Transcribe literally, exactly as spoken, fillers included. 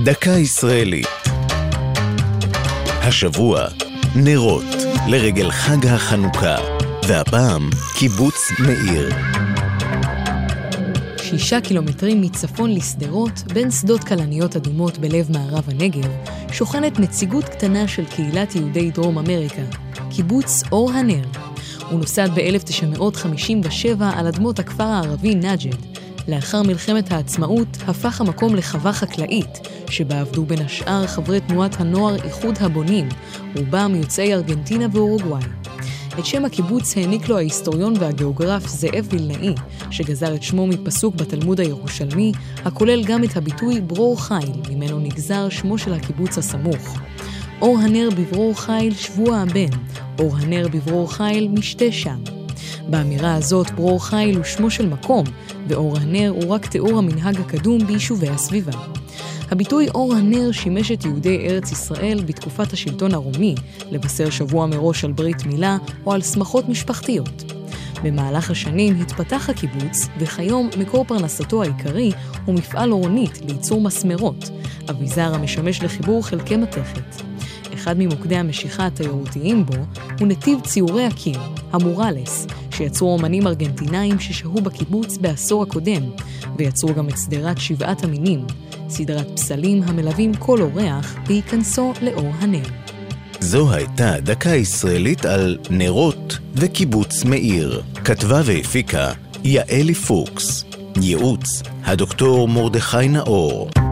דקה ישראלית. השבוע נרות לרגל חג החנוכה, והפעם קיבוץ מאיר. שישה קילומטרים מצפון לסדרות, בין שדות כלניות אדומות בלב מערב הנגב, שוכנת נציגות קטנה של קהילת יהודי דרום אמריקה, קיבוץ אור הנר. הוא נוסד ב-אלף תשע מאות חמישים ושבע על אדמות הכפר הערבי נג'ד. לאחר מלחמת העצמאות הפך המקום לחווה חקלאית, שבה עבדו בין השאר חברי תנועת הנוער איחוד הבונים, רובם יוצאי ארגנטינה ואורוגוואי. את שם הקיבוץ העניק לו ההיסטוריון והגיאוגרף זאב וילנאי, שגזר את שמו מפסוק בתלמוד הירושלמי, הכולל גם את הביטוי ברור חיל, ממנו נגזר שמו של הקיבוץ הסמוך. אור הנר בברור חיל שבוע הבן, אור הנר בברור חיל משתה שם. באמירה הזאת ברור חיל הוא שמו של מקום, ואור הנר הוא רק תיאור המנהג הקדום ביישובי הסביבה. הביטוי אור הנר שימש את יהודי ארץ ישראל בתקופת השלטון הרומי, לבשר שבוע מראש על ברית מילה או על שמחות משפחתיות. במהלך השנים התפתח הקיבוץ, וכיום מקור פרנסתו העיקרי הוא מפעל אורנית לייצור מסמרות, אביזר המשמש לחיבור חלקי מתכת. אחד ממוקדי המשיכה התיירותיים בו הוא נתיב ציורי הקיר, המורלס, שיצרו אומנים ארגנטינאים ששהו בקיבוץ בעשור הקודם, ויצרו גם את סדרת שבעת המינים, סדרת פסלים המלווים כל אורח להיכנסו לאור הנר. זו הייתה דקה ישראלית על נרות וקיבוץ מאיר. כתבה והפיקה יעלי פוקס. ייעוץ הדוקטור מרדכי נאור.